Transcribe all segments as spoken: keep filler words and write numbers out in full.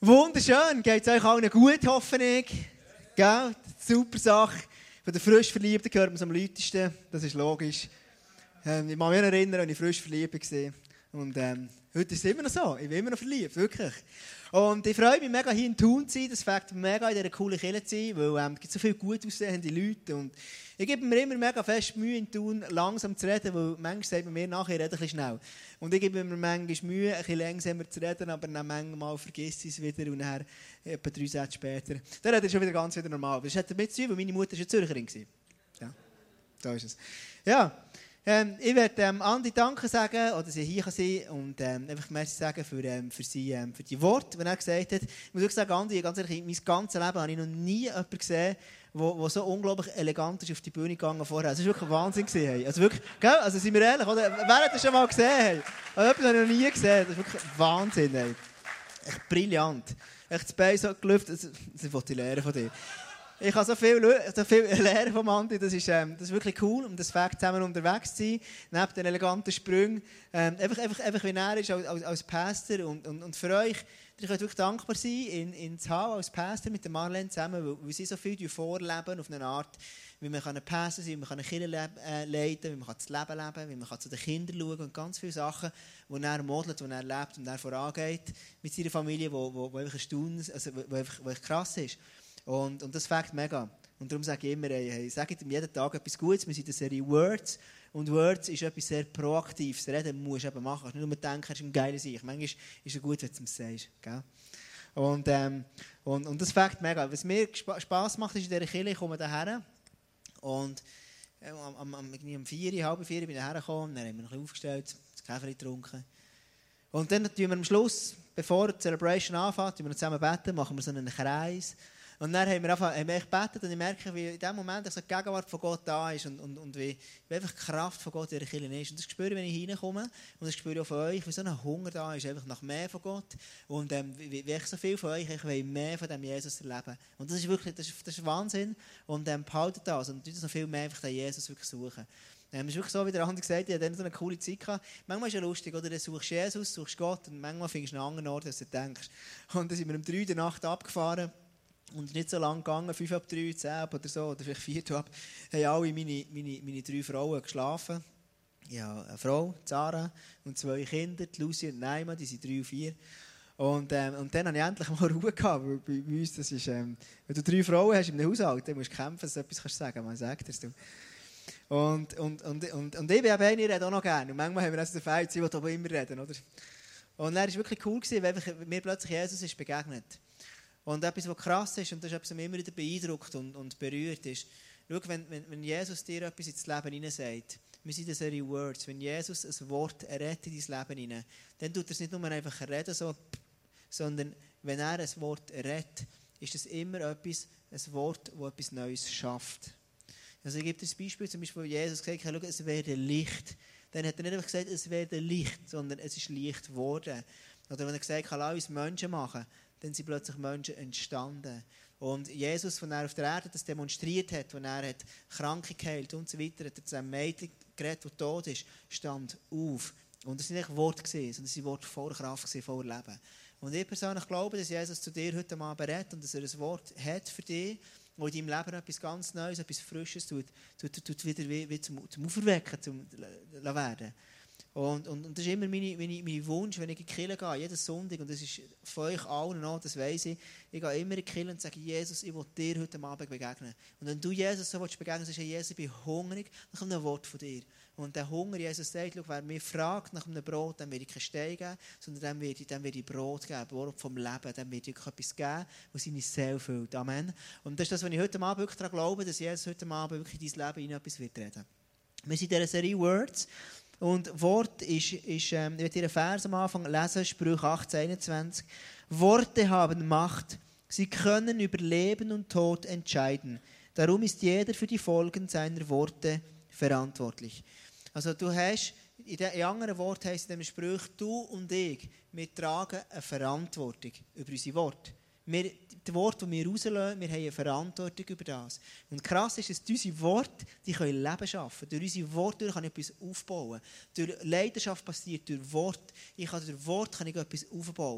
Wunderschön, geht es euch allen gut, hoffe ich. Gell? Super Sache. Von den frisch Verliebten hört man es am lautesten, das ist logisch. Ähm, ich kann mich erinnern, als ich frisch verliebt war. Und ähm, heute ist es immer noch so, ich bin immer noch verliebt, wirklich. Und ich freue mich mega, hier in Thun zu sein, das fängt mega in dieser coolen Kirche zu sein, weil ähm, es gibt so viele gut aussehende Leute. Und ich gebe mir immer mega fest Mühe, in Thun langsam zu reden, weil manchmal sagt man mir nachher, ich rede ein bisschen schnell. Und ich gebe mir manchmal Mühe, ein bisschen langsamer zu reden, aber dann manchmal vergisst ich es wieder und dann etwa drei Sätze später. Dann redet es schon wieder ganz wieder normal. Das hat damit zu tun, weil meine Mutter war Zürcherin. Ja, da ist es. Ja. Ähm, ich werde ähm, Andi danken sagen, oder sie hier sein und ähm, einfach merci sagen für, ähm, für, sie, ähm, für die Worte, die er gesagt hat. Ich muss wirklich sagen, Andi, ganz ehrlich, in meinem ganzen Leben habe ich noch nie jemanden gesehen, der so unglaublich elegant ist auf die Bühne gegangen vorher. Das war wirklich Wahnsinn gewesen. Also wirklich, gell? Also sind wir ehrlich, oder? Wer hat das schon mal gesehen? Also etwas habe ich noch nie gesehen. Das ist wirklich Wahnsinn. Ey. Echt brillant. Echt das Bein so gelüftet. Das wollte ich lernen von dir. Ich kann so viel, so viel lernen von Andi, das ist, ähm, das ist wirklich cool. Und das Fakt, zusammen unterwegs zu sein, neben den eleganten Sprüngen. Ähm, einfach, einfach, einfach wie er ist als, als, als Pastor. Und, und, und für euch, ihr könnt wirklich dankbar sein, in, in Zhao als Pastor mit der Marlene zusammen, weil, weil sie so viel vorleben auf eine Art, wie man ein Pastor sein kann, wie man eine Kirche leben, äh, leiten kann, wie man das Leben leben kann, wie man zu den Kindern schauen kann und ganz viele Sachen, die er modelt, die er lebt und er vorangeht mit seiner Familie, die einfach erstaunlich, also wo einfach, wo einfach krass ist. Und, und das fängt mega. Und darum sage ich immer, hey, hey, sagt ihm jeden Tag etwas Gutes. Wir sind in der Serie Words. Und Words ist etwas sehr Proaktives. Reden musst du eben machen. Nicht nur denken, er ist ein geiler Sieg. Manchmal ist es gut, wenn du es sagst. Gell? Und, ähm, und, und das fängt mega. Was mir Spass macht, ist in dieser Kirche, ich komme hierher. Und äh, am, am, um vier, halb vier bin ich hergekommen. Dann haben wir noch ein bisschen aufgestellt, das Kaffee getrunken. Und dann tun wir am Schluss, bevor die Celebration anfängt, wir zusammen beten, machen wir so einen Kreis. Und dann haben wir einfach gebetet und ich merke, wie in dem Moment so die Gegenwart von Gott da ist und, und, und wie, wie einfach die Kraft von Gott in der Kirche ist. Und das spüre ich, wenn ich reinkomme. Und das spüre ich auch von euch, wie so ein Hunger da ist, einfach nach mehr von Gott. Und ähm, wie, wie so viel von euch ich will mehr von dem Jesus erleben. Und das ist wirklich, das ist, das ist Wahnsinn. Und ähm, behaltet das und tut das noch viel mehr einfach den Jesus wirklich suchen. Ähm, es ist wirklich so, wie der andere gesagt hat, ich hatte dann so eine coole Zeit gehabt. Manchmal ist es ja lustig, oder? Du suchst Jesus, suchst Gott und manchmal findest du einen anderen Ort, als du denkst. Und dann sind wir um drei Uhr der Nacht abgefahren. Und nicht so lange gegangen, fünf ab drei, zehn ab oder so, oder vielleicht vier ab, haben alle meine, meine, meine drei Frauen geschlafen. Ja, eine Frau, Zara, und zwei Kinder, die Lucy und Naima, die sind drei und vier. Und, ähm, und dann hatte ich endlich mal Ruhe gehabt, weil bei uns, das ist, ähm, wenn du drei Frauen hast in einem Haushalt, dann musst du kämpfen, dass du etwas kannst sagen, man sagt es. Und, und, und, und, und ich bin eben, ich rede auch noch gerne. Und manchmal haben wir also den Fall, sie will aber immer reden, oder? Und dann war es wirklich cool, weil mir plötzlich Jesus ist begegnet. Und etwas, was krass ist, und das ist etwas, was mich immer wieder beeindruckt und, und berührt, ist, schau, wenn, wenn, wenn Jesus dir etwas ins Leben hinein sagt, wir sind in der Serie Words, wenn Jesus ein Wort rettet in dein Leben hinein, dann tut er es nicht nur einfach reden, so, sondern wenn er ein Wort rettet, ist es immer etwas, ein Wort, das etwas Neues schafft. Also ich gebe dir ein Beispiel, zum Beispiel, wo Jesus gesagt hat, schau, es werde Licht. Dann hat er nicht einfach gesagt, es werde Licht, sondern es ist Licht geworden. Oder wenn er gesagt hat, lass uns Menschen machen, dann sind plötzlich Menschen entstanden. Und Jesus, als er auf der Erde das demonstriert hat, als er hat Kranke geheilt und so weiter, hat er zu einem Mädchen geredet, das tot ist, stand auf. Und das waren nicht Worte, sondern es waren Worte voller Kraft, voller Leben. Und ich persönlich glaube, dass Jesus zu dir heute Abend berät und dass er ein Wort hat für dich, wo in deinem Leben etwas ganz Neues, etwas Frisches tut, tut, tut wieder wie, wie zum, zum Auferwecken zum werden. Und, und, und das ist immer mein, mein, mein Wunsch, wenn ich in die Kirche gehe, jeden Sonntag, und das ist von euch allen auch, das weiss ich, ich gehe immer in die Kirche und sage, Jesus, ich will dir heute Abend begegnen. Und wenn du Jesus so willst begegnen, sagst du, Jesus, ich bin hungrig nach einem Wort von dir. Und der Hunger, Jesus sagt, schau, wer mich fragt nach einem Brot, dann werde ich keinen Stein geben, sondern dann werde ich, dann werde ich Brot geben, Brot vom Leben, dann werde ich etwas geben, was seine Seele füllt. Amen. Und das ist das, was ich heute Abend wirklich daran glaube, dass Jesus heute Abend wirklich in dein Leben etwas wird reden. Wir sind in dieser Serie Words. Und Wort ist, ist ähm, ich werde hier einen Vers am Anfang lesen, Sprüche achtzehn einundzwanzig. Worte haben Macht, sie können über Leben und Tod entscheiden. Darum ist jeder für die Folgen seiner Worte verantwortlich. Also du hast, in, de, in anderen Worten heisst es in dem Spruch, du und ich, wir tragen eine Verantwortung über unsere Worte. Wir, die Worte, die wir rauslassen, wir haben eine Verantwortung über das. Und krass ist, dass unsere Worte, die können Leben schaffen. Durch unsere Worte kann ich etwas aufbauen. Durch Leidenschaft passiert, durch Wort. Ich kann durch Wort kann ich etwas aufbauen.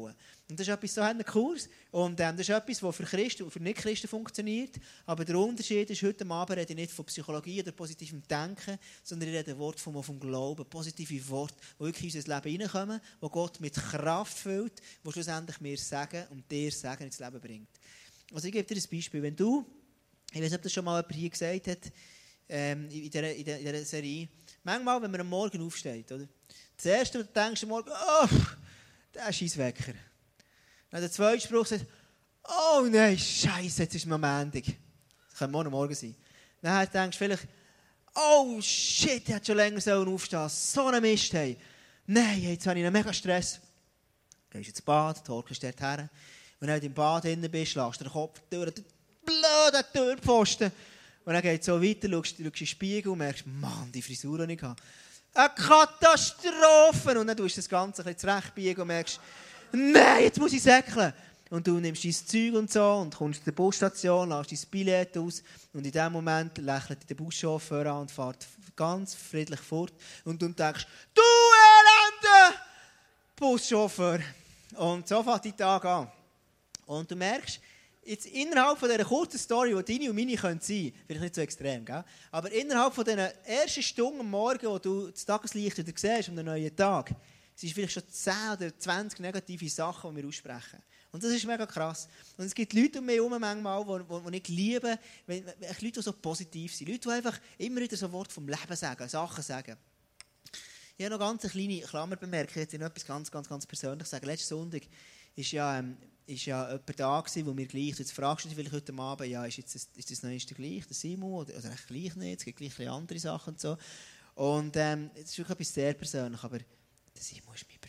Und das ist etwas so ein Kurs. Und ähm, das ist etwas, das für Christen und für Nicht-Christen funktioniert. Aber der Unterschied ist, heute Abend rede ich nicht von Psychologie oder positivem Denken, sondern ich rede Wort vom, vom Glauben, positive Worte, die wirklich in unser Leben hineinkommen, die Gott mit Kraft füllt, die schlussendlich mir sagen und dir sagen ins Leben bringt. Also ich gebe dir ein Beispiel. Wenn du, ich weiß nicht, ob das schon mal jemand hier gesagt hat, ähm, in, dieser, in, dieser, in dieser Serie, manchmal, wenn man am Morgen aufsteht, oder? Das Erste, was du denkst am Morgen, oh, der ist Scheisswecker. Dann der zweite Spruch sagt, oh nein, Scheiße, jetzt ist es Montag. Das kann morgen Morgen sein. Dann denkst du vielleicht, oh shit, ich hätte schon länger aufstehen sollen. So einen Mist. Hey. Nein, jetzt habe ich einen mega Stress. Du gehst ins Bad, torkelst dort her. Wenn du im Bad drin bist, lässt du den Kopf durch den blöden Türpfosten. Und dann geht es so weiter, schaust, schaust in den Spiegel und merkst, Mann, die Frisur, die ich habe. Eine Katastrophe! Und dann tust du das Ganze ein bisschen zurechtbiegen und merkst, nein, jetzt muss ich säckeln. Und du nimmst dein Zeug und so und kommst zur Busstation, lässt dein Billett aus und in dem Moment lächelt dich der Buschauffeur an und fährt ganz friedlich fort. Und du denkst, du elender Buschauffeur! Und so fängt dein Tag an. Und du merkst, jetzt innerhalb von dieser kurzen Story, die deine und meine sein können, vielleicht nicht so extrem, gell? Aber innerhalb von diesen ersten Stunden am Morgen, wo du das Tageslicht wieder siehst, um den neuen Tag, es sind vielleicht schon zehn oder zwanzig negative Sachen, die wir aussprechen. Und das ist mega krass. Und es gibt Leute um mich herum manchmal, die, die ich liebe, wenn, wenn, Leute, die so positiv sind. Leute, die einfach immer wieder so Worte vom Leben sagen, Sachen sagen. Ich habe noch ganz eine kleine Klammerbemerkung, jetzt noch etwas ganz, ganz, ganz persönlich sagen. Letzten Sonntag ist ja, ähm, ist ja jemand da gewesen, wo mir gleich, jetzt fragst du dich vielleicht heute Abend, ja, ist, jetzt, ist das noch nicht gleich, der Simon, oder, oder echt gleich nicht, es gibt gleich andere Sachen und so. Und ähm, es ist wirklich etwas sehr persönlich, aber der Simon ist mein Bruder.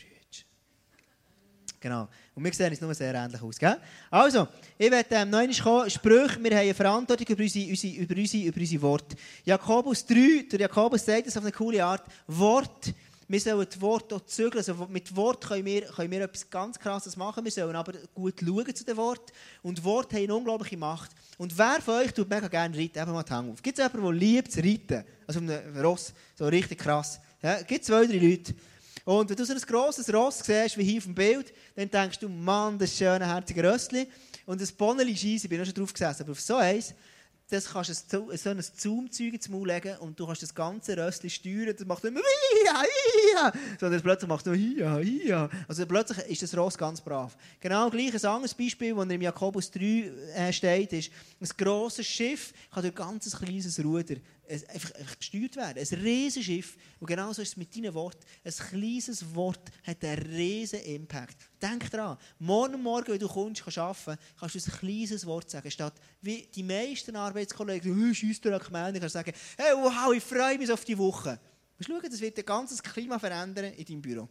Genau. Und wir sehen uns nur sehr ähnlich aus, gell? Also, ich werde ähm, noch einmal kommen. Sprüche, wir haben eine Verantwortung über unsere, unsere, über unsere, über unsere Worte. Jakobus drei, der Jakobus sagt das auf eine coole Art, Wort, wir sollen das Wort auch zügeln. Also mit Wort können wir, können wir etwas ganz Krasses machen, wir sollen aber gut schauen zu den Worten. Und Worte haben eine unglaubliche Macht. Und wer von euch tut mega gerne reiten? Eben mal die Hand auf. Gibt es jemanden, der liebt zu reiten? Also auf einem Ross, so richtig krass. Ja, gibt es zwei, drei Leute. Und wenn du so ein grosses Ross siehst, wie hier auf dem Bild, dann denkst du, Mann, das schöne, herzige Rössli. Und das Bonneli Scheisse, ich bin auch schon drauf gesessen, aber auf so eins, das kannst du so ein Zoom-Zeug ins Maul legen und du kannst das ganze Rössli steuern. Das macht immer «Hia, hia!» Sondern plötzlich macht es nur «Hia, hia!» Also plötzlich ist das Ross ganz brav. Genau gleich ein anderes Beispiel, das in Jakobus drei äh, steht, ist, ein grosses Schiff kann durch ein ganz kleines Ruder einfach, einfach gesteuert werden. Ein riesiges Schiff. Und genauso ist es mit deinen Worten. Ein kleines Wort hat einen riesen Impact. Denk daran, morgen Morgen, wenn du kommst, kannst arbeiten, kannst du ein kleines Wort sagen. Statt wie die meisten Arbeitskollegen, «Scheiss, du Röckmänner», kannst du sagen, «Hey, wow, ich freue mich auf die Woche». Schau, das wird ein ganzes Klima verändern in deinem Büro.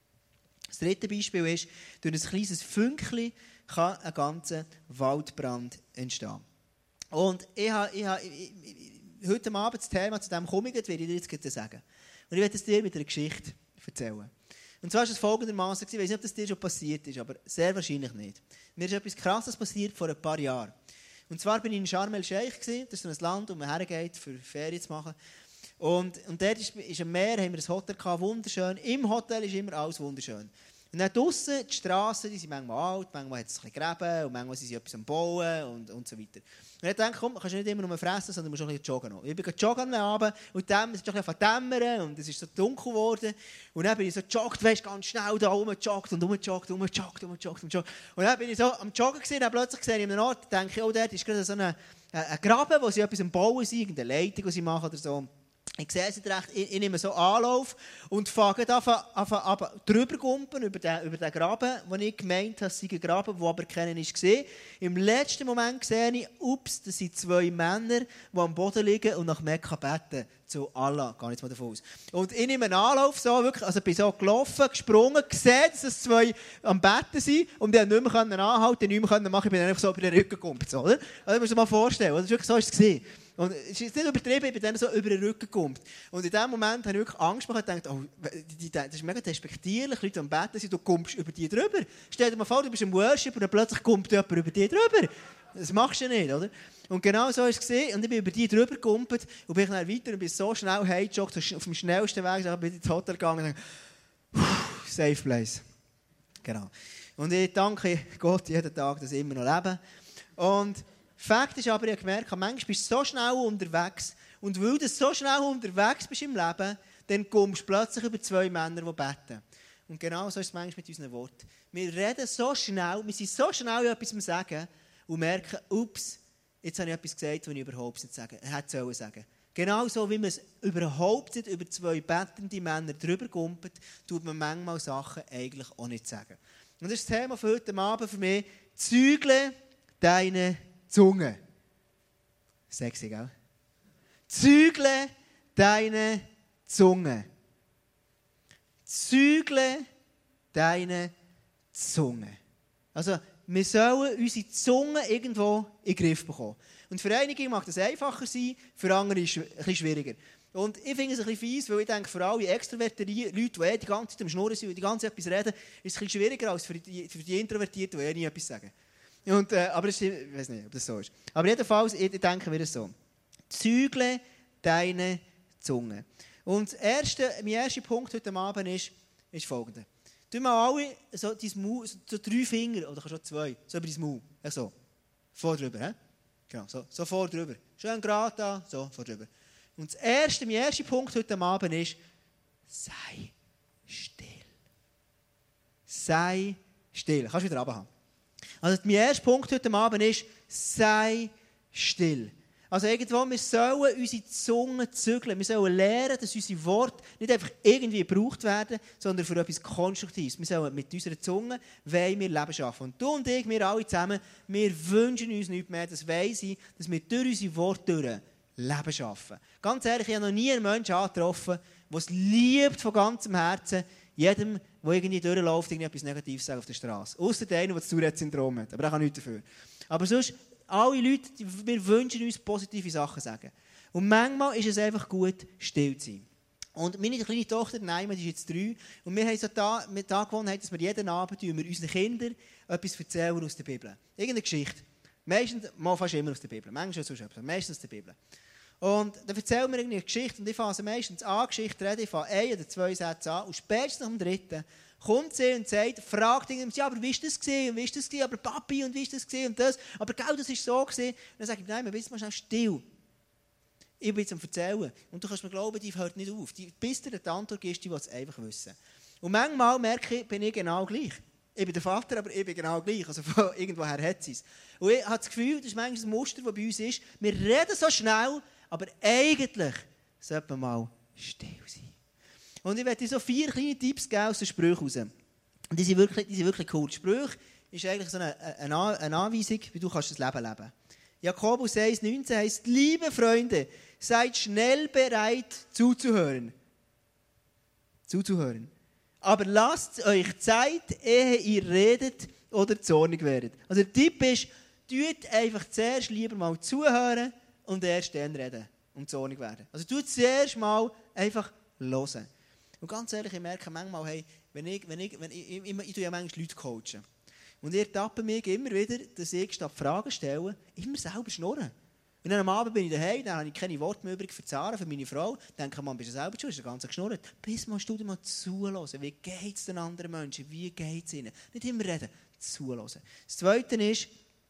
Das dritte Beispiel ist, durch ein kleines Fünkchen kann ein ganzer Waldbrand entstehen. Und ich habe, ich habe ich, ich, heute Abend das Thema zu diesem komme ich, werde ich dir jetzt gerade sagen. Und ich werde es dir mit einer Geschichte erzählen. Und zwar war es folgendermaßen, ich weiß nicht, ob das dir schon passiert ist, aber sehr wahrscheinlich nicht. Mir ist etwas Krasses passiert vor ein paar Jahren. Und zwar bin ich in Sharm el-Sheikh, das ist so ein Land, wo man hergeht, für Ferien zu machen. Und, und dort ist, ist am Meer, haben wir ein Hotel gehabt, wunderschön. Im Hotel ist immer alles wunderschön. Und dann draussen, die Strassen, die sind manchmal alt, manchmal hat es ein bisschen Gräben und manchmal sind sie etwas am Bauen und, und so weiter. Und ich dachte, komm, kannst du nicht immer nur fressen, sondern musst auch ein bisschen joggen. Noch. Ich bin joggen am Abend und dann, es ist doch ein bisschen dämmern und es ist so dunkel geworden. Und dann bin ich so gejoggt, weißt, ganz schnell da rumgejoggt und rumgejoggt, rumgejoggt, rumgejoggt, rumgejoggt. Und dann bin ich so am Joggen gewesen, und plötzlich sehe ich an einem Ort, denke ich, oh, dort ist gerade so ein Graben, wo sie etwas am Bauen sind, irgendeine Leitung, die sie machen oder so. Ich sehe es recht, ich, ich nehme so Anlauf und fange an, drüber gumpen über den, über den Graben, den ich gemeint habe, es sei ein Graben, der aber keiner ist gesehen. Im letzten Moment sehe ich, ups, das sind zwei Männer, die am Boden liegen und nach Mekka beten. Zu Allah, gar nicht mal davon aus. Und ich nehme einen Anlauf, so, wirklich, also bin so gelaufen, gesprungen, gesehen, dass es zwei am Betten sind und die nicht mehr anhalten, nicht mehr machen, ich bin einfach so über den Rücken gegumpelt. So, oder? Also, musst du dir mal vorstellen, das ist wirklich so ist es gewesen. Und es ist nicht übertrieben, ich bin dann so über den Rücken gekommen. Und in dem Moment habe ich wirklich Angst gemacht und gedacht, oh, das ist mega despektierlich, Leute am Betten sind, du kommst über die drüber. Stell dir mal vor, du bist im Worship und dann plötzlich kommt jemand über die drüber. Das machst du nicht, oder? Und genau so war es gesehen. Und ich bin über die drüber gegumpelt und bin dann weiter und bin so schnell heimgejoggt, auf dem schnellsten Weg, bin ich ins Hotel gegangen und dachte, safe place. Genau. Und ich danke Gott jeden Tag, dass ich immer noch lebe. Und Fakt ist aber, ich habe gemerkt, manchmal bist du so schnell unterwegs. Und weil du so schnell unterwegs bist im Leben, dann kommst du plötzlich über zwei Männer, die beten. Und genau so ist es manchmal mit unseren Worten. Wir reden so schnell, wir sind so schnell in etwas zu sagen und merken, ups, jetzt habe ich etwas gesagt, was ich überhaupt nicht sagen hätte sollen sagen. Genauso wie man es überhaupt nicht über zwei betende Männer drüber kumpelt, tut man manchmal Sachen eigentlich auch nicht sagen. Und das ist das Thema für heute Abend für mich. Zügle deine Zunge. Sexy, gell? Zügle deine Zunge. Zügle deine Zunge. Also, wir sollen unsere Zunge irgendwo in den Griff bekommen. Und für einige mag das einfacher sein, für andere ist es ein bisschen schwieriger. Und ich finde es ein bisschen fies, weil ich denke, für alle extrovertierten Leute, die eh die ganze Zeit am Schnurren sind und die ganze Zeit etwas reden, ist es ein bisschen schwieriger als für die, für die Introvertierten, die eh nie etwas sagen. Und, äh, aber ich weiß nicht, ob das so ist. Aber jedenfalls, ich denke wieder so. Zügle deine Zunge. Und das erste, mein erster Punkt heute Abend ist, ist folgender. Tu mal alle so, dein Maul, so, so drei Finger, oder schon zwei, so über dein Maul. Ja, so. Vor drüber, hä? Genau, so, so vor drüber. Schön gerade da, so vor drüber. Und das erste, mein erster Punkt heute Abend ist, sei still. Sei still. Kannst du wieder runterhaben. Also mein erster Punkt heute Abend ist, sei still. Also irgendwo, wir sollen unsere Zunge zügeln. Wir sollen lernen, dass unsere Worte nicht einfach irgendwie gebraucht werden, sondern für etwas Konstruktives. Wir sollen mit unserer Zunge wollen wir Leben schaffen. Und du und ich, wir alle zusammen, wir wünschen uns nichts mehr, das weiss ich, dass wir durch unsere Worte durch Leben schaffen. Ganz ehrlich, ich habe noch nie einen Menschen angetroffen, der es liebt von ganzem Herzen, jedem, der irgendwie durchläuft, etwas Negatives sagen auf der Straße. Ausser der, der das Tourette-Syndrom hat. Aber der kann nichts dafür. Aber sonst, alle Leute, wir wünschen uns positive Sachen sagen. Und manchmal ist es einfach gut, still zu sein. Und meine kleine Tochter, nein, die ist jetzt drei. Und wir haben so da, mit der Gewohnheit, dass wir jeden Abend wir unseren Kindern etwas erzählen aus der Bibel. Irgendeine Geschichte. Meistens, mal fast immer aus der Bibel. Manchmal sonst etwas, meistens aus der Bibel. Und dann erzählen wir eine Geschichte und ich fange meistens an, Geschichte reden, ich fange ein oder zwei Sätze an und spätestens nach dem dritten kommt sie und sagt, fragt irgendwie, ja, aber wie ist das gesehen und wie ist das gesehen, aber Papi und wie ist das gesehen und das, aber genau das ist so gesehen. Und dann sage ich, nein, wir bist mal schnell still. Ich bin jetzt am Erzählen und du kannst mir glauben, die hört nicht auf. Die, bis dir die Antwort gibst, die will es einfach wissen. Und manchmal merke ich, bin ich genau gleich. Ich bin der Vater, aber ich bin genau gleich. Also von irgendwoher hat sie es. Und ich habe das Gefühl, das ist manchmal ein Muster, das bei uns ist, wir reden so schnell, aber eigentlich sollte man mal still sein. Und ich werde dir so vier kleine Tipps geben aus den Sprüchen raus. Und die sind wirklich, die sind wirklich cool. Die Sprüche ist eigentlich so eine, eine, eine Anweisung, wie du kannst das Leben leben kannst. Jakobus eins neunzehn heisst, liebe Freunde, seid schnell bereit zuzuhören. Zuzuhören. Aber lasst euch Zeit, ehe ihr redet oder zornig werdet. Also der Tipp ist, tut einfach zuerst lieber mal zuhören und erst dann reden und zornig werden. Also tut zuerst mal einfach hören. Und ganz ehrlich, ich merke manchmal, hey, wenn ich, wenn ich, wenn ich, ich, ich, ich tue ja manchmal Leute coachen. Und ich ertappe mich immer wieder, dass ich statt Fragen stellen, immer selber schnurren. Und dann am Abend bin ich daheim, dann habe ich keine Worte mehr übrig für Zara, für meine Frau. Dann denke ich, man, bist du selber schuld, ist der ganze geschnurrt. Bis mal du dir mal zuhören. Wie geht es den anderen Menschen? Wie geht es ihnen? Nicht immer reden, zuhören. Das Zweite ist,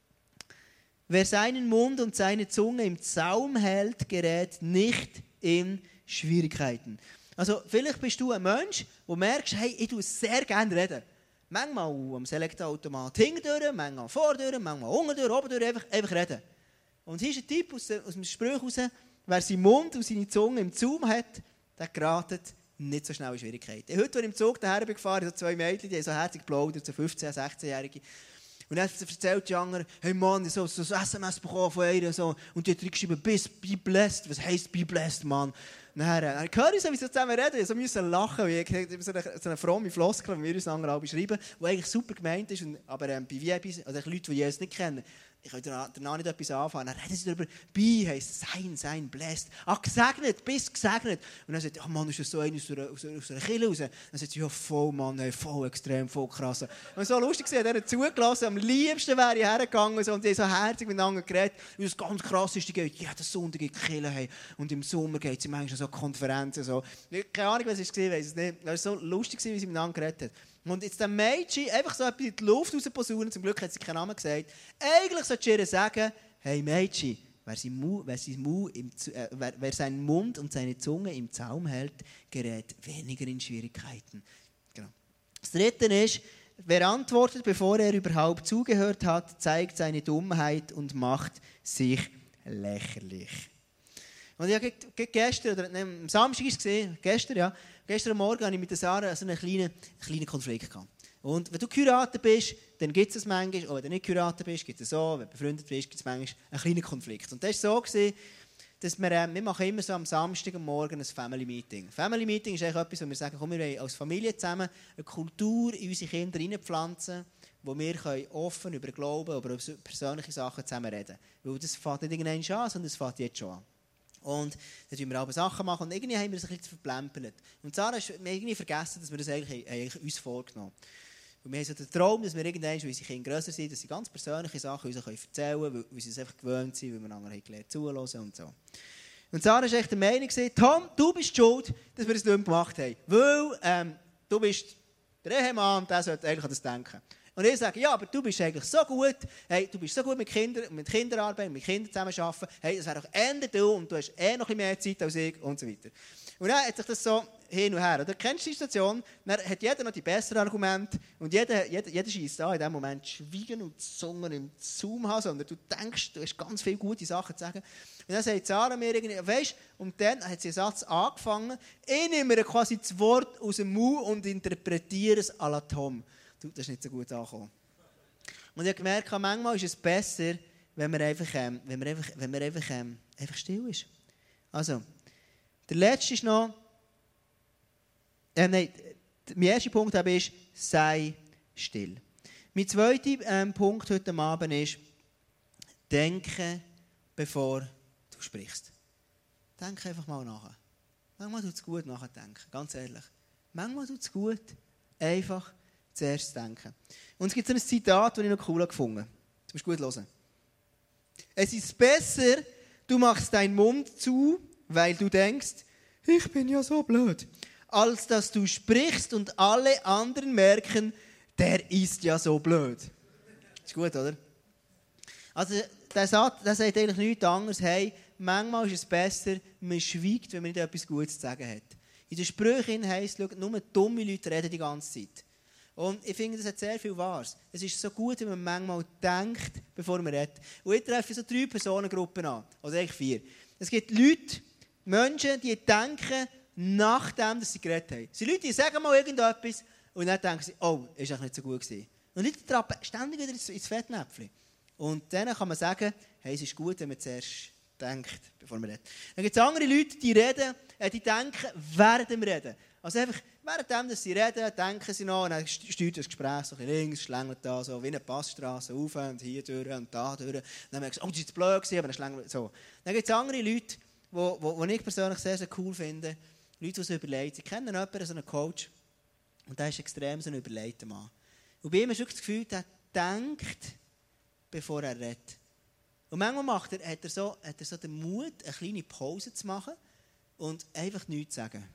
wer seinen Mund und seine Zunge im Zaum hält, gerät nicht in Schwierigkeiten. Also vielleicht bist du ein Mensch, der merkst, hey, ich tue sehr gerne reden. Manchmal am Selektorautomat hintendurch, manchmal vordurch, manchmal unten oben durch, einfach, einfach reden. Und hier ist ein Tipp aus, aus dem Spruch heraus, wer seinen Mund und seine Zunge im Zaum hat, der geratet nicht so schnell in Schwierigkeiten. Heute, als ich im Zug daher bin gefahren, so zwei Mädchen, die haben so herzig geplaudert, so fünfzehn-, sechzehnjährige. Und dann erzählt die andere, hey Mann, ich habe so, so ein S M S bekommen von ihr. So. Und die hat geschrieben, be blessed. Was heisst be blessed, Mann? Dann, dann höre ich so, wie sie zusammen reden. Ich so müssen lachen, weil ich so eine, so eine fromme Floskel, die wir uns andere beschreiben, die eigentlich super gemeint ist. Und, aber ähm, bei V I Ps, also Leute, die Jesus nicht kennen, ich kann danach nicht etwas anfangen. Dann reden sie darüber, be heisst sein, sein, blessed. Ach, gesegnet, bist gesegnet. Und dann sagt, ach Mann, ist das so einer aus einer, aus einer, aus einer Kirche raus? Dann sagt sie, ja voll, Mann, hey, voll extrem, voll krass. Und so lustig war, er hat zugelassen. Am liebsten wäre ich hergegangen und, so, und die haben so herzig miteinander geredet. Und das ganz krass ist, die geht jeden Sonntag in die Kirche hey. Und im Sommer geht sie manchmal so Konferenzen. So. Keine Ahnung, was es war, ich weiß es nicht. Es war so lustig, wie sie miteinander geredet hat. Und jetzt der Mädchen einfach so etwas in die Luft rausposaunen, zum Glück hat sie keinen Namen gesagt. Eigentlich sollte ihr sagen, hey Mädchen, wer, sein Mu, wer, sein Mu im, äh, wer, wer seinen Mund und seine Zunge im Zaum hält, gerät weniger in Schwierigkeiten. Genau. Das Dritte ist, wer antwortet, bevor er überhaupt zugehört hat, zeigt seine Dummheit und macht sich lächerlich. Und ich habe gestern, oder nein, am Samstag ist es gesehen, gestern, ja, gestern Morgen hatte ich mit der Sarah so einen kleinen, kleinen Konflikt gehabt. Und wenn du geheiratet bist, dann gibt es das manchmal, oder wenn du nicht geheiratet bist, gibt es so, wenn du befreundet bist, gibt es manchmal einen kleinen Konflikt. Und das war so gewesen, dass wir, äh, wir machen immer so am Samstag am Morgen ein Family Meeting. Family Meeting ist eigentlich etwas, wo wir sagen, komm, wir wollen als Familie zusammen eine Kultur in unsere Kinder hineinpflanzen, wo wir können offen über Glauben, über persönliche Sachen zusammen reden können. Weil das fängt nicht irgendwann an, sondern das fängt jetzt schon an. Und dann tun wir alle Sachen machen und irgendwie haben wir das ein bisschen verplempelt. Und Sarah hat irgendwie vergessen, dass wir das eigentlich, eigentlich uns vorgenommen haben. Und wir haben so den Traum, dass wir irgendwann, wenn unsere Kinder grösser sind, dass sie ganz persönliche Sachen uns erzählen können, weil sie es einfach gewöhnt sind, weil wir einander gelernt zuhören und so. Und Sarah war echt der Meinung, Tom, du bist schuld, dass wir das nicht gemacht haben. Weil ähm, du bist der Ehemann und der sollte eigentlich an das denken. Und ich sage, ja, aber du bist eigentlich so gut, hey, du bist so gut mit Kindern, mit Kinderarbeit, mit Kindern zusammenarbeiten, hey, das wäre doch eher du und du hast eh noch ein bisschen mehr Zeit als ich und so weiter. Und dann hat sich das so hin und her. Oder kennst du die Situation? Dann hat jeder noch die besseren Argumente und jeder, jeder, jeder scheisst da in dem Moment schweigen und die Zunge im Zoom haben, sondern du denkst, du hast ganz viele gute Sachen zu sagen. Und dann sagt Sarah mir irgendwie, weißt, und dann hat sie einen Satz angefangen, ich nehme mir quasi das Wort aus dem Mund und interpretiere es à la Tom. Du, das ist nicht so gut angekommen. Und ich habe gemerkt, manchmal ist es besser, wenn man einfach, ähm, wenn man einfach, wenn man einfach, ähm, einfach still ist. Also, der letzte ist noch, äh, nein, mein erster Punkt ist, sei still. Mein zweiter ähm, Punkt heute Abend ist, denke, bevor du sprichst. Denke einfach mal nach. Manchmal tut es gut nachdenken, ganz ehrlich. Manchmal tut es gut, einfach zuerst denken. Und es gibt so ein Zitat, das ich noch cool gefunden habe. Du musst gut hören. Es ist besser, du machst deinen Mund zu, weil du denkst, ich bin ja so blöd, als dass du sprichst und alle anderen merken, der ist ja so blöd. Ist gut, oder? Also, der sagt, der sagt eigentlich nichts anderes. Hey, manchmal ist es besser, man schweigt, wenn man nicht etwas Gutes zu sagen hat. In den Sprüchen heisst es, nur dumme Leute reden die ganze Zeit. Und ich finde, das hat sehr viel Wahres. Es ist so gut, wenn man manchmal denkt, bevor man redet. Und ich treffe so drei Personengruppen an, oder eigentlich vier. Es gibt Leute, Menschen, die denken, nachdem dass sie geredet haben. Es sind Leute, die sagen mal irgendetwas und dann denken sie, oh, ist eigentlich nicht so gut gewesen. Und Leute trappen ständig wieder ins Fettnäpfchen. Und dann kann man sagen, hey, es ist gut, wenn man zuerst denkt, bevor man redet. Dann gibt es andere Leute, die reden, die denken während dem Reden. Also einfach, während dass sie reden, denken sie noch, und dann steuert das Gespräch so ein bisschen links, schlängelt da so wie eine Passstraße auf und hier durch und da durch. Und dann merkst du, oh, das war jetzt blöd gewesen, aber dann schlängelt so. Dann gibt es andere Leute, die ich persönlich sehr, sehr cool finde, Leute, die so überlegen. Sie kennen jemanden, so einen Coach, und der ist extrem so ein überlegter Mann. Und bei ihm hast du das Gefühl, der denkt, bevor er redet. Und manchmal macht er, hat, er so, hat er so den Mut, eine kleine Pause zu machen und einfach nichts zu sagen.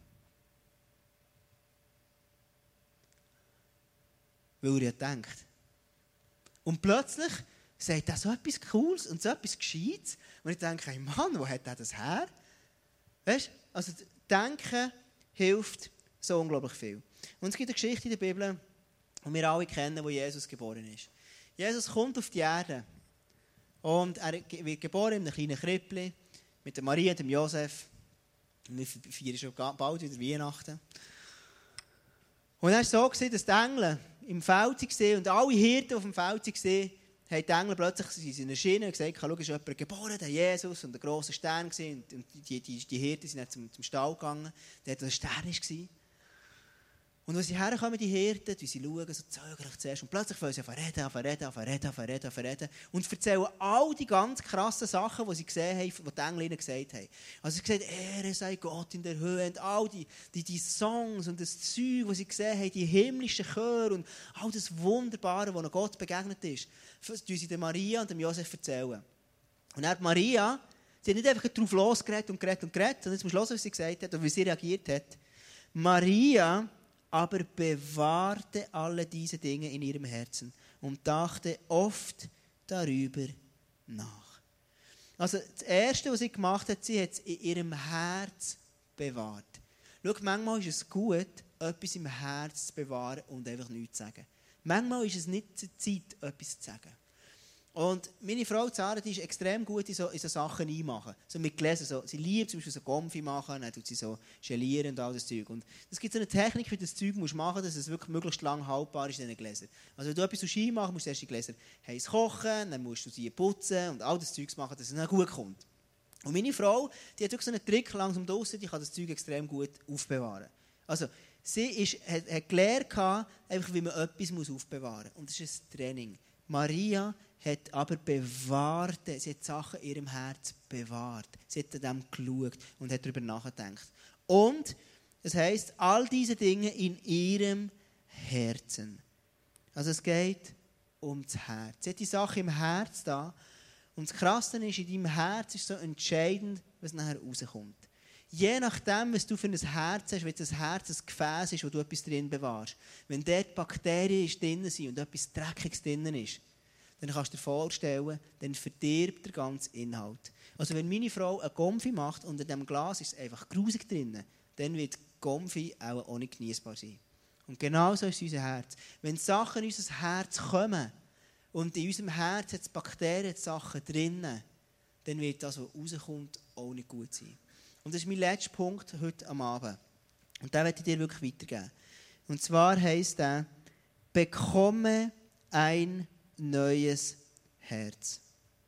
Weil er ja denkt. Und plötzlich sagt er so etwas Cooles und so etwas Gescheites. Und ich denke, hey Mann, wo hat er das her? Weißt du, also Denken hilft so unglaublich viel. Und es gibt eine Geschichte in der Bibel, die wir alle kennen, wo Jesus geboren ist. Jesus kommt auf die Erde und er wird geboren in einem kleinen Krippli mit der Maria und dem Josef. Wir feiern schon bald wieder Weihnachten. Und dann war es so, dass die Engel im Feld waren und alle Hirten, die auf dem Feld waren, haben die Engel plötzlich in erschienen und gesagt, schau, ist jemand geboren, der Jesus, und ein grosser Stern war. Und die, die, die Hirten sind dann zum, zum Stall gegangen, der ein Stern war. Und als sie herkommen, die Hirten, die sie schauen, so zögerlich zuerst, und plötzlich fangen sie an reden, an reden, an reden, an reden, an reden, und erzählen all die ganz krassen Sachen, die sie gesehen haben, die die Engel ihnen gesagt haben. Also sie gesagt, Ehre sei Gott in der Höhe, und all die, die, die Songs und das Zeug, das sie gesehen haben, die himmlischen Chöre und all das Wunderbare, das Gott begegnet ist, die sie der Maria und dem Josef erzählen. Und dann Maria, sie hat nicht einfach drauf losgeredet und geredet und geredet, sondern jetzt musst du hören, was sie gesagt hat und wie sie reagiert hat. Maria aber bewahrte alle diese Dinge in ihrem Herzen und dachte oft darüber nach. Also das Erste, was sie gemacht hat, sie hat es in ihrem Herz bewahrt. Schau, manchmal ist es gut, etwas im Herz zu bewahren und einfach nichts zu sagen. Manchmal ist es nicht die Zeit, etwas zu sagen. Und meine Frau Zara, die ist extrem gut in so, in so Sachen einmachen. So mit Gläsern. So, sie liebt zum Beispiel so Konfi machen, dann tut sie so gelieren und all das Zeug. Und es gibt so eine Technik, wie du das Zeug musst machen, dass es wirklich möglichst lang haltbar ist in diesen Gläsern. Also wenn du etwas Ski machen musst du erst die Gläser heiß kochen, dann musst du sie putzen und all das Zeug machen, dass es dann gut kommt. Und meine Frau, die hat wirklich so einen Trick langsam draussen, die kann das Zeug extrem gut aufbewahren. Also sie ist, hat, hat gelernt, einfach, wie man etwas aufbewahren muss. Und das ist ein Training. Maria hat aber bewahrt, sie hat Sachen in ihrem Herz bewahrt. Sie hat an dem geschaut und hat darüber nachgedacht. Und das heisst, all diese Dinge in ihrem Herzen. Also es geht um das Herz. Sie hat die Sache im Herz da. Und das Krasse ist, in deinem Herz ist so entscheidend, was nachher rauskommt. Je nachdem, was du für ein Herz hast, wenn das Herz ein Gefäß ist, wo du etwas drin bewahrst, wenn dort Bakterien drin sind und etwas Dreckiges drin ist, dann kannst du dir vorstellen, dann verdirbt der ganze Inhalt. Also wenn meine Frau eine Konfi macht und in diesem Glas ist es einfach grusig drin, dann wird die Konfi auch nicht genießbar sein. Und genau so ist unser Herz. Wenn Sachen in unser Herz kommen und in unserem Herz hat es Bakterien, Sachen drin, dann wird das, was rauskommt, auch nicht gut sein. Und das ist mein letzter Punkt heute am Abend. Und den möchte ich dir wirklich weitergeben. Und zwar heisst der, bekomme ein neues Herz.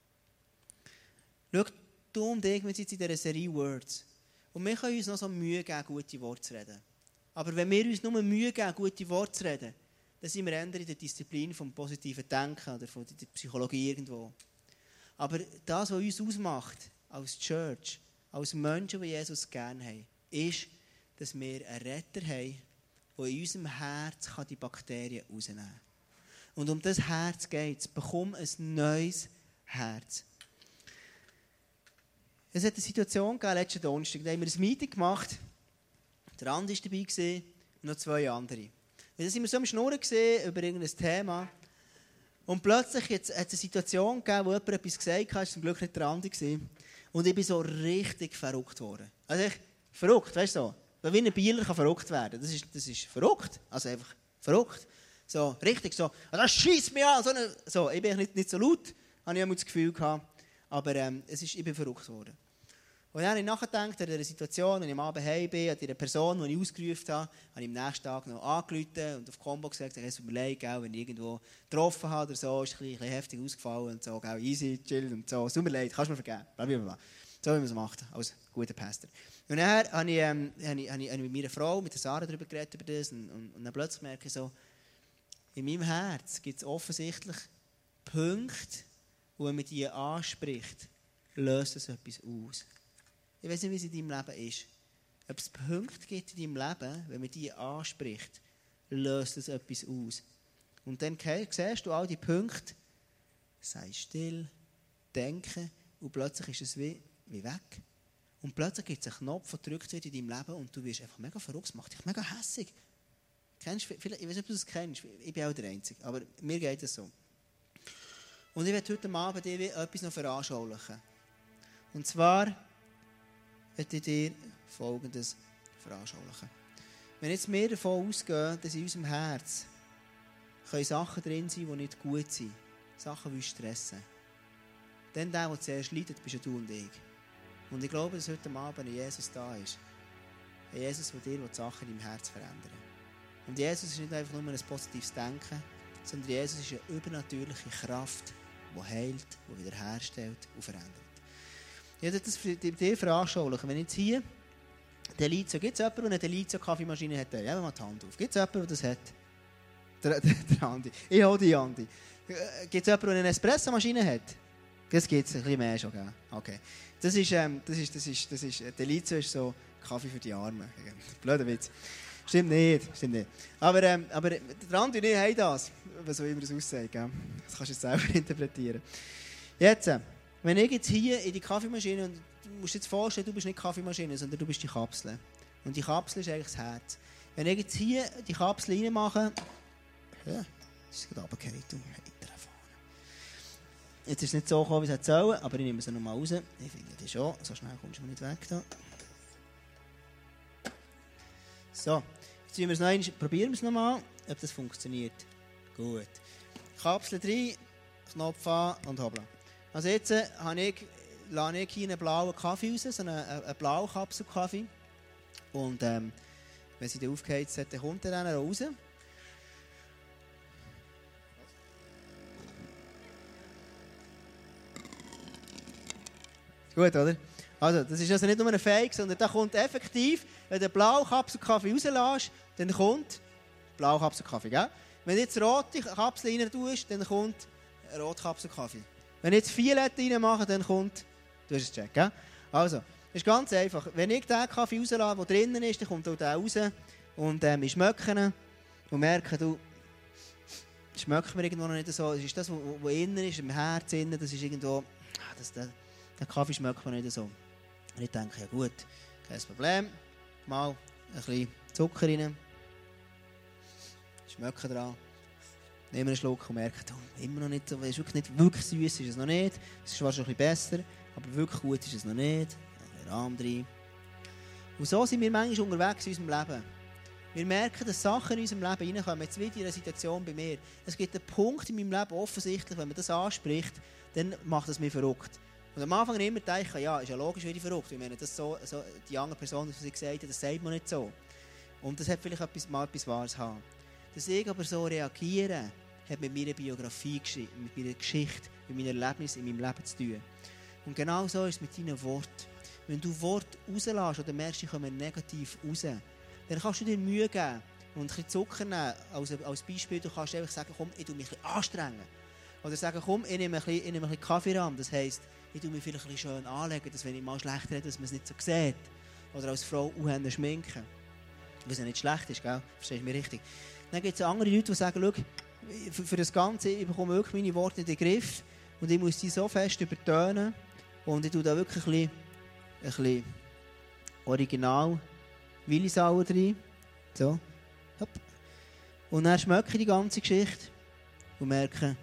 Schau, du und ich, wir sind in dieser Serie Words. Und wir können uns noch so Mühe geben, gute Worte zu reden. Aber wenn wir uns nur Mühe geben, gute Worte zu reden, dann sind wir eher in der Disziplin vom positiven Denken oder von der Psychologie irgendwo. Aber das, was uns ausmacht, als Church, als Menschen, die Jesus gerne haben, ist, dass wir einen Retter haben, der in unserem Herz die Bakterien rausnehmen kann. Und um das Herz geht es. Bekomm ein neues Herz. Es hat eine Situation gegeben, letzten Donnerstag. Da haben wir ein Meeting gemacht. Der Andi war dabei und noch zwei andere. Da sind wir so am Schnurren über irgendein Thema. Und plötzlich hat es eine Situation gegeben, wo jemand etwas gesagt hat. Es war zum Glück nicht der Andi. Und ich bin so richtig verrückt worden. Also ich, verrückt, weißt du so. Wie ein Bieler kann verrückt werden. Das ist, das ist verrückt. Also einfach verrückt. So, richtig so, das schießt mich an. So, eine, so, ich bin nicht, nicht so laut, habe ich immer das Gefühl gehabt. Aber ähm, es ist, ich bin verrückt worden. Und dann habe ich nachgedacht, an dieser Situation, als ich am Abend heim bin, an dieser Person, die ich ausgerufen habe, habe ich am nächsten Tag noch angerufen und auf Combo gesagt, es tut mir leid, wenn ich irgendwo getroffen habe oder so, ist ein bisschen, ein bisschen heftig ausgefallen und so, gell, easy, chill und so, es tut mir leid, kannst du mir vergeben, blablabla. So wie man es macht, als guter Pastor. Und dann habe ich, ähm, habe ich, habe ich, habe ich mit meiner Frau, mit der Sarah, darüber geredet, über das und, und, und dann plötzlich merke ich so, in meinem Herz gibt es offensichtlich Punkte, wo wenn man die anspricht, löst es etwas aus. Ich weiß nicht, wie es in deinem Leben ist. Ob es Punkte gibt in deinem Leben, wenn man die anspricht, löst es etwas aus. Und dann siehst du all die Punkte, sei still, denke, und plötzlich ist es wie, wie weg. Und plötzlich gibt es einen Knopf, der drückt wird in deinem Leben und du wirst einfach mega verrückt, das macht dich mega hässig. Kennst, vielleicht, ich weiß nicht, ob du das kennst, ich bin auch der Einzige, aber mir geht es so. Und ich werde heute Abend dir etwas noch veranschaulichen. Und zwar werde ich dir Folgendes veranschaulichen. Wenn jetzt wir davon ausgehen, dass in unserem Herz können Sachen drin sein, die nicht gut sind, Sachen, die stressen, dann der, der zuerst leidet, bist ja du und ich. Und ich glaube, dass heute Abend Jesus da ist. Ein Jesus, der dir die Sachen in deinem Herz verändern. Und Jesus ist nicht einfach nur ein positives Denken, sondern Jesus ist eine übernatürliche Kraft, die heilt, die wiederherstellt und verändert. Ich werde das dir veranschaulichen. Wenn jetzt hier Delizio, gibt es jemanden, der eine Delizio-Kaffeemaschine hat? Ja, mal die Hand auf. Gibt es jemanden, der das hat? Der, der, der Andi. Ich hole die Andi. Gibt es jemanden, der eine Espresso-Maschine hat? Das gibt es, ein bisschen mehr schon, gell? Okay. Das ist, ähm, das ist, das ist, das ist, Delizio ist so Kaffee für die Armen. Blöder Witz. Stimmt nicht, stimmt nicht. Aber, ähm, aber der Andi und ich haben das, was so immer das aussieht. Gell? Das kannst du jetzt selber interpretieren. Jetzt, wenn ich jetzt hier in die Kaffeemaschine, und du musst dir jetzt vorstellen, du bist nicht die Kaffeemaschine, sondern du bist die Kapsel. Und die Kapsel ist eigentlich das Herz. Wenn ich jetzt hier die Kapsel reinmache, ja, das ist gerade runtergefallen. Jetzt ist es nicht so gekommen, wie es sollen, aber ich nehme sie nochmal raus. Ich finde das schon. So schnell kommst du mir nicht weg. Da. So, jetzt wir es noch einmal, probieren wir es nochmal, ob das funktioniert. Gut. Kapsel rein, Knopf an und hoppla. Also jetzt äh, ich, lasse ich hier einen blauen Kaffee raus, so einen, einen blauen Kapselkaffee. Und ähm, wenn sie dann aufgeheizt hat, dann kommt er dann raus. Gut, oder? Also, das ist also nicht nur ein Fake, sondern da kommt effektiv, wenn du den blauen Kapselkaffee rauslässt, dann kommt blauer Kapselkaffee, gell? Wenn du jetzt rote Kapsel rein tust, dann kommt ein roter Kapselkaffee. Wenn du jetzt Violette reinmachst, dann kommt, du hast es gecheckt, gell? Also, das ist ganz einfach. Wenn ich den Kaffee rauslasse, der drinnen ist, dann kommt auch der raus und ähm, ich schmecke ihn und merke, du, schmeckt mir irgendwo noch nicht so. Das ist das, was innen ist, im Herz innen, das ist irgendwo, das, das, der Kaffee schmeckt mir nicht so. Und ich denke, ja gut, kein Problem. Mal ein bisschen Zucker rein. Schmecke dran. Nehme einen Schluck und merke, oh, immer noch nicht so, ist wirklich nicht wirklich süß ist es noch nicht. Es ist wahrscheinlich ein bisschen besser, aber wirklich gut ist es noch nicht. Ein bisschen Rahm rein. Und so sind wir manchmal unterwegs in unserem Leben. Wir merken, dass Sachen in unserem Leben reinkommen. Jetzt wieder in einer Situation bei mir. Es gibt einen Punkt in meinem Leben, offensichtlich, wenn man das anspricht, dann macht das mich verrückt. Und am Anfang immer denke ich, ja, ist ja logisch, wie ich verrückt. Ich meine, das so, so, die andere Person, die sie gesagt hat, das sagt man nicht so. Und das hat vielleicht etwas, mal etwas Wahres haben. Dass ich aber so reagiere, hat mit meiner Biografie, mit meiner Geschichte, mit meinen Erlebnissen in meinem Leben zu tun. Und genau so ist es mit deinen Worten. Wenn du Worte rauslässt oder merkst, die kommen negativ raus, dann kannst du dir Mühe geben und ein bisschen Zucker nehmen. Als, als Beispiel, du kannst einfach sagen, komm, ich tue mich ein bisschen anstrengen. Oder sagen, komm, ich nehme ein bisschen, ich nehme ein bisschen Kaffeerahm. Das heisst, ich tue mich vielleicht ein bisschen schön anlegen, dass wenn ich mal schlecht rede, dass man es nicht so sieht. Oder als Frau auch schminken. Was ja nicht schlecht ist, gell? Verstehst du mich richtig? Dann gibt es andere Leute, die sagen, schau, für, für das Ganze, ich bekomme wirklich meine Worte in den Griff und ich muss die so fest übertönen und ich tue da wirklich ein bisschen, ein bisschen original Willisauer rein. So. Hopp. Und dann schmecke ich die ganze Geschichte und merke,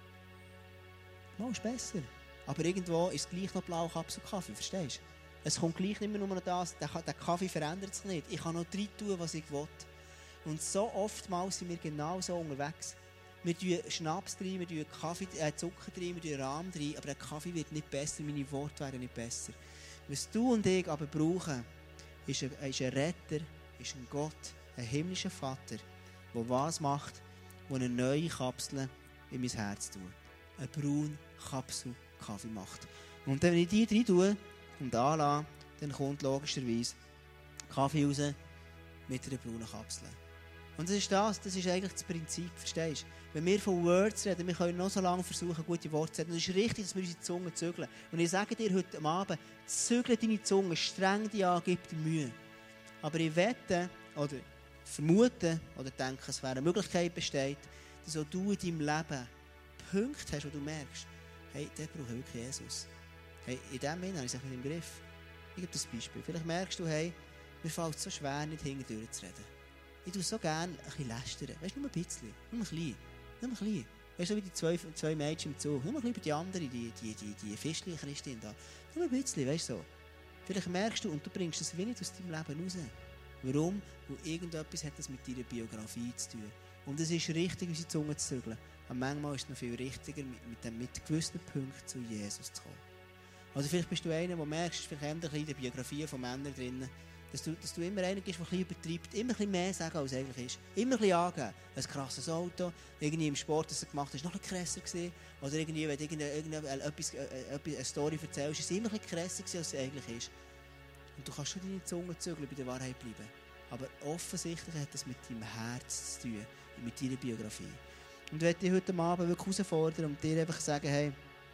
oh, ist besser. Aber irgendwo ist es gleich noch blau Kapselkaffee, verstehst du? Es kommt gleich nicht mehr nur noch das, der, der Kaffee verändert sich nicht. Ich kann noch rein tun, was ich will. Und so oftmals sind wir genau so unterwegs. Wir tun Schnaps rein, wir tun Kaffee, äh, Zucker rein, wir tun Rahm rein, aber der Kaffee wird nicht besser, meine Worte werden nicht besser. Was du und ich aber brauchen, ist ein, ist ein Retter, ist ein Gott, ein himmlischer Vater, der was macht, der eine neue Kapsel in mein Herz tut. Eine braune Kapsel Kaffee macht. Und wenn ich die rein tue und anlasse, dann kommt logischerweise Kaffee raus mit einer braunen Kapsel. Und das ist das, das ist eigentlich das Prinzip, verstehst du? Wenn wir von Words reden, wir können noch so lange versuchen, gute Worte zu reden. Und es ist richtig, dass wir unsere Zunge zügeln. Und ich sage dir heute Abend, zügle deine Zunge, streng dich an, gib dir Mühe. Aber ich wette, oder vermute, oder denke, es wäre eine Möglichkeit besteht, dass auch du in deinem Leben Punkte hast, wo du merkst, hey, der braucht wirklich Jesus. Hey, in dem Sinne habe ich es nicht im Griff. Ich gebe das Beispiel. Vielleicht merkst du, hey, mir fällt es so schwer, nicht hintendurch zu reden. Ich tue so gerne ein bisschen lästern. Weißt du, nur ein bisschen. Nur ein bisschen. Nur ein bisschen. Weißt du, so wie die zwei, zwei Mädchen im Zug. Nur ein bisschen über die andere, die, die, die, die Fischli-Christin da. Nur ein bisschen, weißt du so. Vielleicht merkst du, und du bringst das wenig aus deinem Leben raus. Warum? Weil irgendetwas hat das mit deiner Biografie zu tun. Und es ist richtig, unsere Zunge zu zügeln. Aber manchmal ist es noch viel richtiger, mit, mit, dem, mit gewissen Punkten zu Jesus zu kommen. Also vielleicht bist du einer, der merkst, vielleicht haben in der Biografie von Männern drin, dass du, dass du immer einer bist, der ein bisschen übertreibt, immer ein bisschen mehr sagen, als eigentlich ist. Immer ein bisschen angeben. Ein krasses Auto, irgendwie im Sport, das er gemacht hat, ist noch ein bisschen krasser gewesen. Oder irgendwie, wenn du irgendetwas, äh, eine Story erzählst, ist es immer ein bisschen krasser gewesen, als es eigentlich ist. Und du kannst schon deine Zunge zügeln, bei der Wahrheit bleiben. Aber offensichtlich hat das mit deinem Herz zu tun, mit deiner Biografie. Und ich möchte dich heute Abend wirklich herausfordern und dir einfach sagen, hey,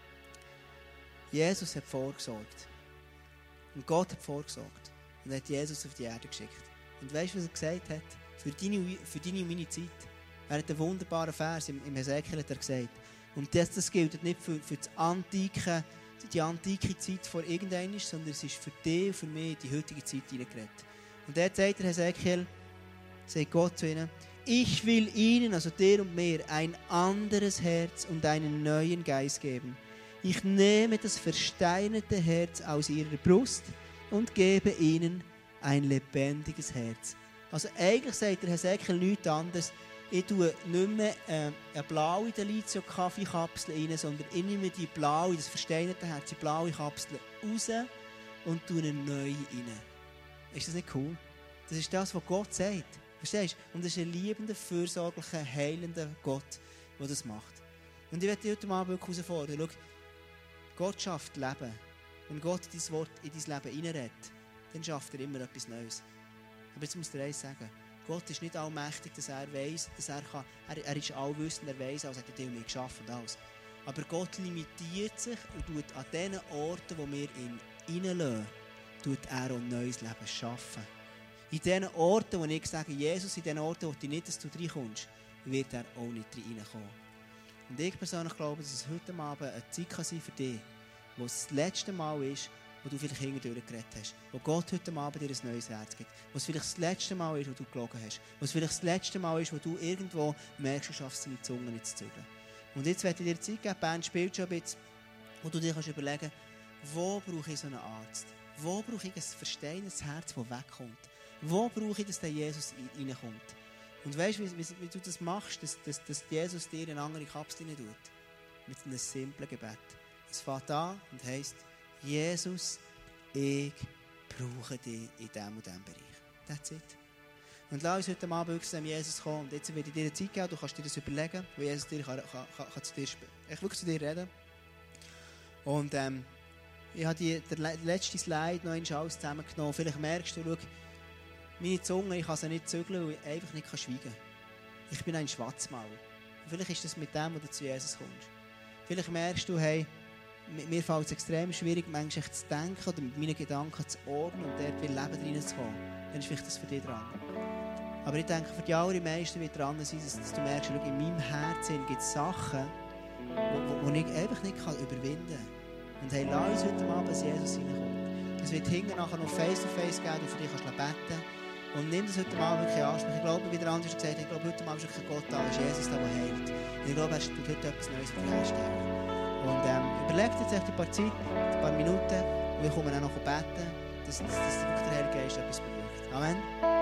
Jesus hat vorgesorgt. Und Gott hat vorgesorgt. Und hat Jesus auf die Erde geschickt. Und weißt du, was er gesagt hat? Für deine, für deine und meine Zeit. Er hat einen wunderbaren Vers im, im Hesekiel hat er gesagt. Und das, das gilt nicht für, für das antike, die antike Zeit vor irgendeinem, sondern es ist für dich und für mich die heutige Zeit hineingeredet. Und dort sagt der Hesekiel, sagt Gott zu ihnen, ich will ihnen, also dir und mir, ein anderes Herz und einen neuen Geist geben. Ich nehme das versteinerte Herz aus ihrer Brust und gebe ihnen ein lebendiges Herz. Also eigentlich sagt der Hesekiel nichts anderes. Ich tue nicht mehr äh, eine blaue Delizio-Kaffeekapsel rein, sondern ich nehme die blaue, das versteinerte Herz, die blaue Kapsel raus und tue eine neue rein. Ist das nicht cool? Das ist das, was Gott sagt. Verstehst du? Und das ist ein liebender, fürsorglicher, heilender Gott, der das macht. Und ich werde dich heute Abend wirklich herausfordern. Schau, Gott schafft Leben. Wenn Gott dein Wort in dein Leben hineinredet, dann schafft er immer etwas Neues. Aber jetzt muss ich dir eins sagen. Gott ist nicht allmächtig, dass er weiss, dass er kann. Er, er ist allwissend, er weiss, als hat er dich mich geschaffen und alles. Aber Gott limitiert sich und tut an den Orten, wo wir ihn hineinlassen, tut er auch ein neues Leben schaffen. In den Orten, wo ich sage, Jesus, in den Orten, wo du nicht, dass du reinkommst, wird er auch nicht reinkommen. Und ich persönlich glaube, dass es heute Abend eine Zeit kann sein für dich, wo es das letzte Mal ist, wo du vielleicht hintendurch geredet hast. Wo Gott heute Abend dir ein neues Herz gibt. Wo es vielleicht das letzte Mal ist, wo du gelogen hast. Wo es vielleicht das letzte Mal ist, wo du irgendwo merkst, du schaffst deine Zunge nicht zu zügeln. Und jetzt werde ich dir Zeit geben, die Band spielt schon ein bisschen, wo du dir kannst überlegen kannst, wo brauche ich so einen Arzt? Wo brauche ich ein verstehendes Herz, das wegkommt? Wo brauche ich, dass der Jesus reinkommt? Und weißt du, wie, wie, wie du das machst, dass, dass, dass Jesus dir eine andere Kapsel rein tut? Mit einem simplen Gebet. Es fängt an und heisst, Jesus, ich brauche dich in diesem und diesem Bereich. That's it. Und lass uns heute Abend wirklich zu Jesus kommen. Und jetzt werde ich dir eine Zeit geben, du kannst dir das überlegen, wo Jesus dir kann, kann, kann, kann zu dir ich wirklich zu dir reden. Und ähm, ich habe die, den letzten Slide noch einmal alles zusammengenommen. Vielleicht merkst du, schau, meine Zunge, ich kann sie nicht zügeln, weil ich einfach nicht schweigen kann. Ich bin ein Schwatzmaul. Vielleicht ist das mit dem, wo du zu Jesus kommst. Vielleicht merkst du, hey, mir fällt es extrem schwierig, manchmal zu denken oder mit meinen Gedanken zu ordnen und dort will Leben reinzukommen. Dann ist vielleicht das für dich dran. Aber ich denke, für die allermeisten wird dran sein, dass, dass du merkst, schau, in meinem Herzen gibt es Sachen, die ich einfach nicht überwinden kann. Und hey, lass uns heute Abend, dass Jesus reinkommt. Es wird hinten nachher noch Face-to-Face geben, wo für dich beten kannst. Und nimm das heute Abend wirklich an. Ich glaube, wie der andere gesagt hat, ich glaube, heute Abend ist wirklich Gott da, ist Jesus da, der heilt. Und ich glaube, er tut heute etwas Neues wiederherstellen. Und ähm, überleg dir jetzt echt ein paar Zeit, ein paar Minuten, und wir kommen dann noch beten, dass, dass, dass der Heilige Geist etwas bewirkt. Amen.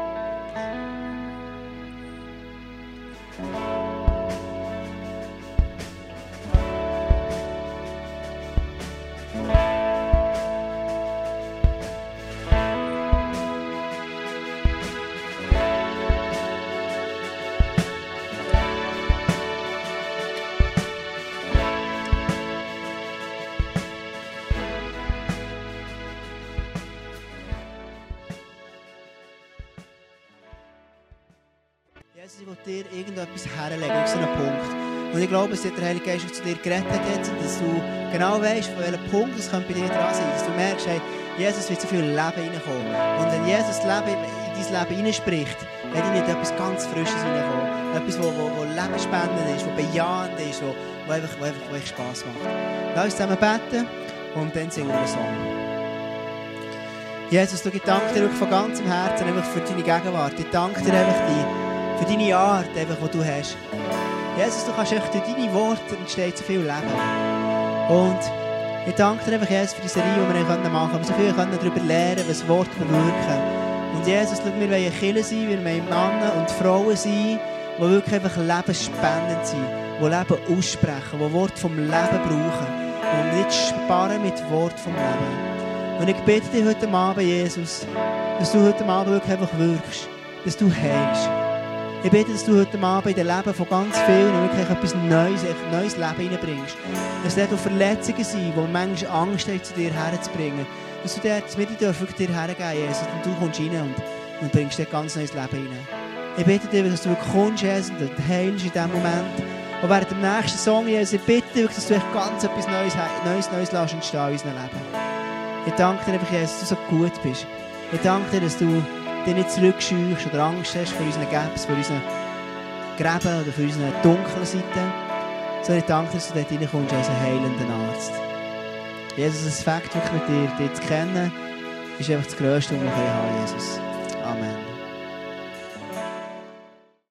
Jesus, ich will dir irgendetwas herlegen, auf so einen Punkt. Und ich glaube, dass der Heilige Geist zu dir geredet hat, dass du genau weißt, von welchem Punkt es bei dir dran sein könnte. Dass du merkst, hey, Jesus wird so viel Leben reinkommen. Und wenn Jesus Leben in dein Leben hineinspricht, wird nicht etwas ganz Frisches reinkommen. Etwas, das lebensspendend ist, das bejahend ist, das einfach, einfach, einfach Spass macht. Lass uns zusammen beten und dann singen wir einen Song. Jesus, ich danke dir wirklich von ganzem Herzen für deine Gegenwart. Ich danke dir einfach die für deine Art, die du hast. Jesus, du kannst echt durch deine Worte entsteht so viel Leben. Und ich danke dir einfach, Jesus, für die Serie, die wir machen können. Wir so viel können darüber lernen, was Worte bewirken. Und Jesus, wir wollen eine Kirche sein, wir wollen Männer und Frauen sein, die wirklich einfach lebensspendend sind, die Leben aussprechen, die Worte vom Leben brauchen und nicht sparen mit Worten vom Leben. Und ich bitte dich heute Abend, Jesus, dass du heute Abend wirklich einfach wirkst, dass du heilst. Ich bitte, dass du heute Abend in das Leben von ganz vielen wirklich etwas Neues, ein neues Leben reinbringst. Dass dort auch Verletzungen sind, die manchmal Angst haben, zu dir herzubringen. Dass du dort mit dir dir hergeben, Jesus, und du kommst rein und, und bringst dort ganz neues Leben rein. Ich bitte dich, dass du wirklich kommst, Jesus, und heilst in diesem Moment. Und während dem nächsten Song, Jesus, ich bitte dich, dass du echt ganz etwas Neues, Neues, Neues lässt entstehen in unserem Leben. Ich danke dir einfach, Jesus, dass du so gut bist. Ich danke dir, dass du dich nicht zurückscheuchst oder Angst hast vor unseren Gaps, vor unseren Gräben oder vor unseren dunklen Seiten. Sondern ich danke dir, dass du dort reinkommst als ein heilender Arzt. Jesus, das Fakt, wirklich mit dir, dich zu kennen, ist einfach das Größte, was wir haben, Jesus. Amen.